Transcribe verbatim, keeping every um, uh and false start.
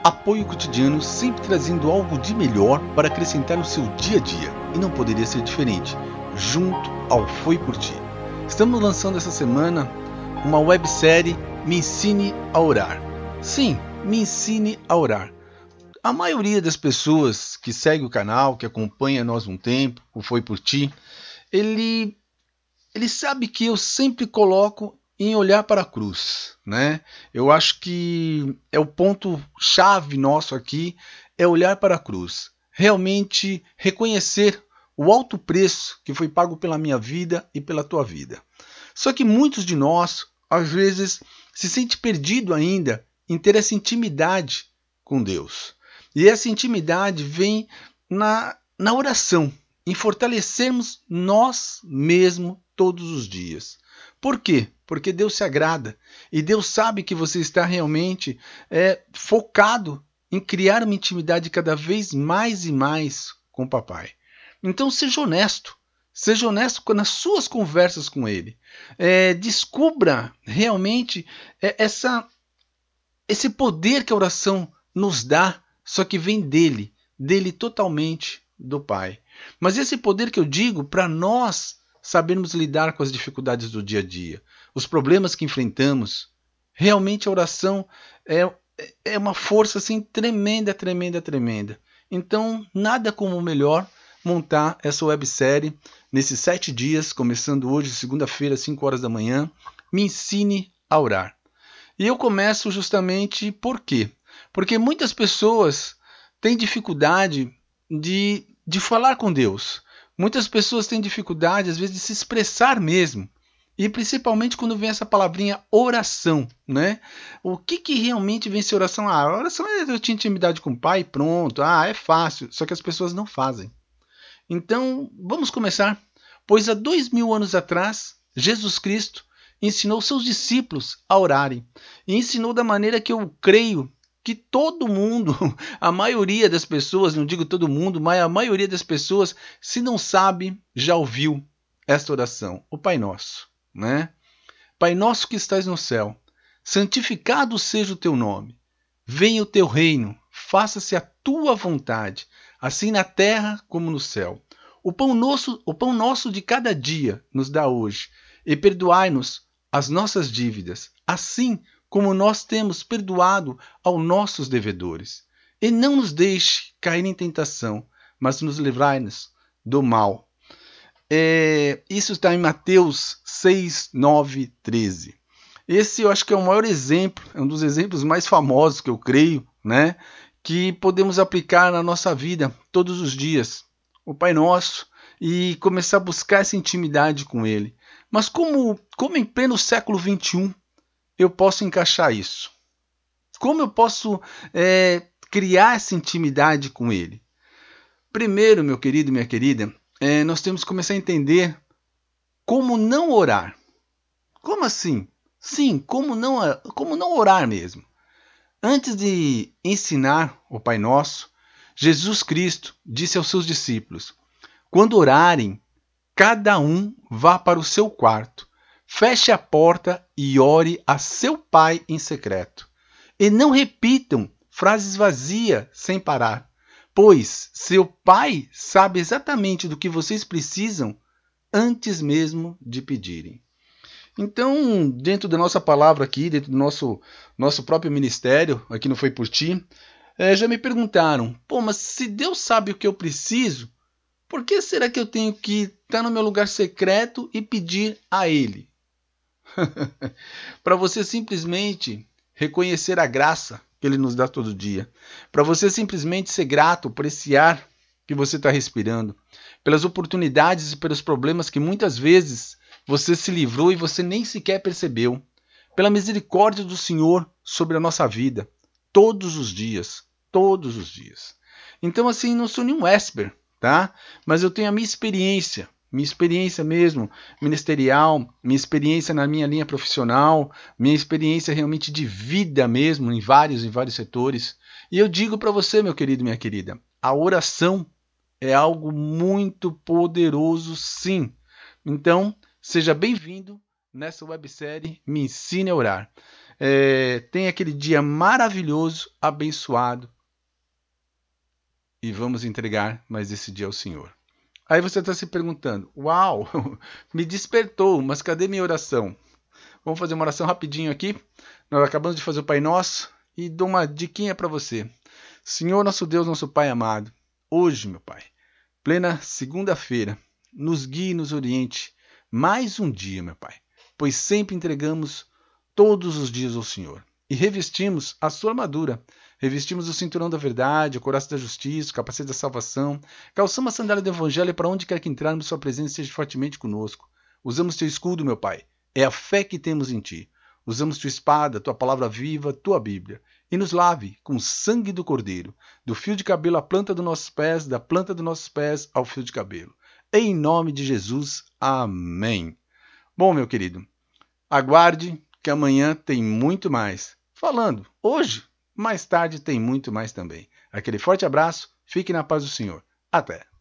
Apoio cotidiano, sempre trazendo algo de melhor para acrescentar no seu dia a dia. E não poderia ser diferente, junto ao Foi Por Ti. Estamos lançando essa semana uma websérie Me Ensine a Orar. Sim, Me Ensine a Orar. A maioria das pessoas que segue o canal, que acompanha nós um tempo, o Foi Por Ti, ele, ele sabe que eu sempre coloco em olhar para a cruz, né? Eu acho que é o ponto chave nosso aqui, é olhar para a cruz, realmente reconhecer o alto preço que foi pago pela minha vida e pela tua vida. Só que muitos de nós, às vezes, se sente perdido ainda em ter essa intimidade com Deus. E essa intimidade vem na, na oração, em fortalecermos nós mesmos todos os dias. Por quê? Porque Deus se agrada e Deus sabe que você está realmente é, focado em criar uma intimidade cada vez mais e mais com o papai. Então seja honesto, seja honesto nas suas conversas com ele. É, descubra realmente é, essa, esse poder que a oração nos dá, só que vem dele, dele totalmente do Pai. Mas esse poder que eu digo para nós sabermos lidar com as dificuldades do dia a dia, os problemas que enfrentamos. Realmente a oração é, é uma força assim, tremenda, tremenda, tremenda. Então, nada como melhor montar essa websérie nesses sete dias, começando hoje, segunda-feira, às cinco horas da manhã. Me ensine a orar. E eu começo justamente por quê? Porque muitas pessoas têm dificuldade de, de falar com Deus. Muitas pessoas têm dificuldade, às vezes, de se expressar mesmo. E principalmente quando vem essa palavrinha oração, né? O que, que realmente vem ser oração? Ah, a oração é eu tinha intimidade com o pai, pronto. Ah, é fácil. Só que as pessoas não fazem. Então, vamos começar. Pois há dois mil anos atrás, Jesus Cristo ensinou seus discípulos a orarem. E ensinou da maneira que eu creio que todo mundo, a maioria das pessoas, não digo todo mundo, mas a maioria das pessoas, se não sabe, já ouviu esta oração, o Pai Nosso, né? Pai nosso que estás no céu, santificado seja o teu nome, venha o teu reino, faça-se a tua vontade, assim na terra como no céu. O pão nosso, o pão nosso de cada dia nos dá hoje, e perdoai-nos as nossas dívidas, assim como nós temos perdoado aos nossos devedores. E não nos deixe cair em tentação, mas nos livrai-nos do mal. É, isso está em Mateus seis, nove, treze. Esse eu acho que é o maior exemplo, é um dos exemplos mais famosos que eu creio, né, que podemos aplicar na nossa vida todos os dias. O Pai Nosso, e começar a buscar essa intimidade com Ele. Mas como, como em pleno século vinte e um, eu posso encaixar isso? Como eu posso é, criar essa intimidade com ele? Primeiro, meu querido e minha querida, é, nós temos que começar a entender como não orar. Como assim? Sim, como não, como não orar mesmo. Antes de ensinar o Pai Nosso, Jesus Cristo disse aos seus discípulos: quando orarem, cada um vá para o seu quarto. Feche a porta e ore a seu pai em secreto. E não repitam frases vazias sem parar, pois seu pai sabe exatamente do que vocês precisam antes mesmo de pedirem. Então, dentro da nossa palavra aqui, dentro do nosso, nosso próprio ministério, aqui no Foi Por Ti, é, já me perguntaram, pô, mas se Deus sabe o que eu preciso, por que será que eu tenho que estar no meu lugar secreto e pedir a Ele? Para você simplesmente reconhecer a graça que Ele nos dá todo dia. Para você simplesmente ser grato por esse ar que você está respirando. Pelas oportunidades e pelos problemas que muitas vezes você se livrou e você nem sequer percebeu. Pela misericórdia do Senhor sobre a nossa vida. Todos os dias. Todos os dias. Então assim, não sou nenhum expert, tá? Mas eu tenho a minha experiência. Minha experiência mesmo ministerial, minha experiência na minha linha profissional, minha experiência realmente de vida mesmo em vários e vários setores. E eu digo para você, meu querido e minha querida, a oração é algo muito poderoso, sim. Então, seja bem-vindo nessa websérie Me Ensine a Orar. É, tenha aquele dia maravilhoso, abençoado. E vamos entregar mais esse dia ao Senhor. Aí você está se perguntando, uau, me despertou, mas cadê minha oração? Vamos fazer uma oração rapidinho aqui. Nós acabamos de fazer o Pai Nosso e dou uma diquinha para você. Senhor, nosso Deus, nosso Pai amado, hoje, meu Pai, plena segunda-feira, nos guie e nos oriente mais um dia, meu Pai, pois sempre entregamos todos os dias ao Senhor e revestimos a sua armadura. Revestimos o cinturão da verdade, o coração da justiça, o capacete da salvação. Calçamos a sandália do evangelho e para onde quer que entrarmos, sua presença esteja fortemente conosco. Usamos teu escudo, meu Pai. É a fé que temos em ti. Usamos tua espada, tua palavra viva, tua Bíblia. E nos lave com o sangue do Cordeiro, do fio de cabelo à planta dos nossos pés, da planta dos nossos pés ao fio de cabelo. Em nome de Jesus, amém. Bom, meu querido, aguarde que amanhã tem muito mais. Falando, hoje, mais tarde tem muito mais também. Aquele forte abraço, fique na paz do Senhor. Até!